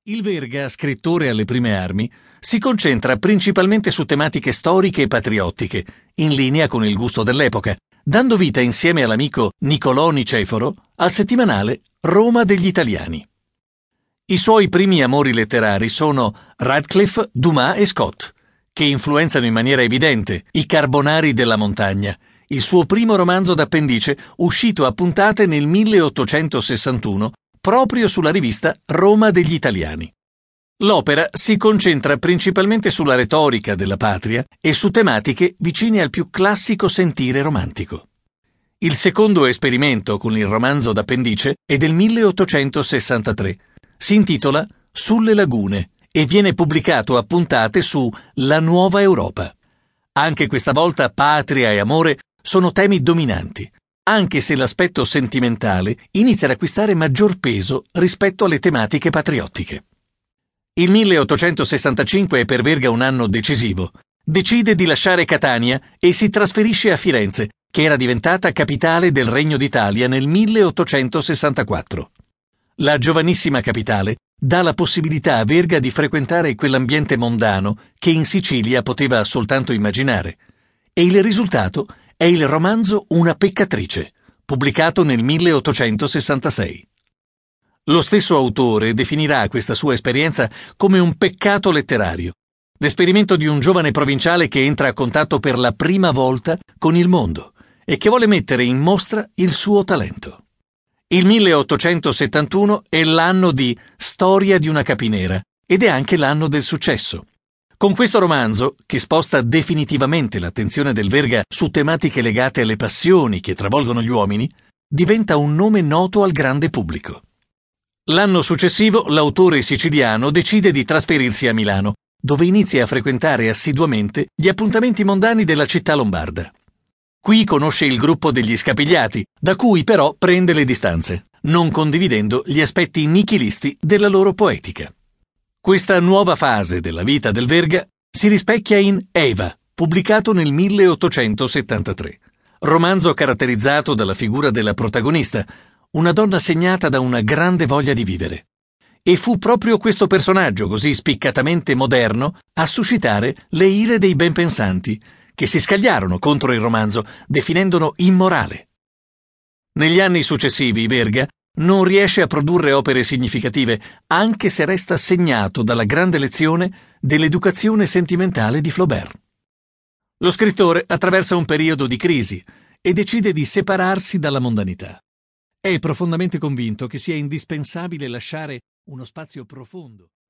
Il Verga, scrittore alle prime armi, si concentra principalmente su tematiche storiche e patriottiche, in linea con il gusto dell'epoca, dando vita insieme all'amico Niccolò Niceforo al settimanale Roma degli Italiani. I suoi primi amori letterari sono Radcliffe, Dumas e Scott, che influenzano in maniera evidente I Carbonari della montagna, il suo primo romanzo d'appendice uscito a puntate nel 1861 proprio sulla rivista Roma degli Italiani. L'opera si concentra principalmente sulla retorica della patria e su tematiche vicine al più classico sentire romantico. Il secondo esperimento con il romanzo d'appendice è del 1863. Si intitola Sulle lagune e viene pubblicato a puntate su La Nuova Europa. Anche questa volta patria e amore sono temi dominanti, anche se l'aspetto sentimentale inizia ad acquistare maggior peso rispetto alle tematiche patriottiche. Il 1865 è per Verga un anno decisivo. Decide di lasciare Catania e si trasferisce a Firenze, che era diventata capitale del Regno d'Italia nel 1864. La giovanissima capitale dà la possibilità a Verga di frequentare quell'ambiente mondano che in Sicilia poteva soltanto immaginare. E il risultato è il romanzo Una peccatrice, pubblicato nel 1866. Lo stesso autore definirà questa sua esperienza come un peccato letterario, l'esperimento di un giovane provinciale che entra a contatto per la prima volta con il mondo e che vuole mettere in mostra il suo talento. Il 1871 è l'anno di Storia di una capinera ed è anche l'anno del successo. Con questo romanzo, che sposta definitivamente l'attenzione del Verga su tematiche legate alle passioni che travolgono gli uomini, diventa un nome noto al grande pubblico. L'anno successivo l'autore siciliano decide di trasferirsi a Milano, dove inizia a frequentare assiduamente gli appuntamenti mondani della città lombarda. Qui conosce il gruppo degli Scapigliati, da cui però prende le distanze, non condividendo gli aspetti nichilisti della loro poetica. Questa nuova fase della vita del Verga si rispecchia in Eva, pubblicato nel 1873, romanzo caratterizzato dalla figura della protagonista, una donna segnata da una grande voglia di vivere. E fu proprio questo personaggio così spiccatamente moderno a suscitare le ire dei benpensanti, che si scagliarono contro il romanzo, definendolo immorale. Negli anni successivi Verga non riesce a produrre opere significative, anche se resta segnato dalla grande lezione dell'educazione sentimentale di Flaubert. Lo scrittore attraversa un periodo di crisi e decide di separarsi dalla mondanità. È profondamente convinto che sia indispensabile lasciare uno spazio profondo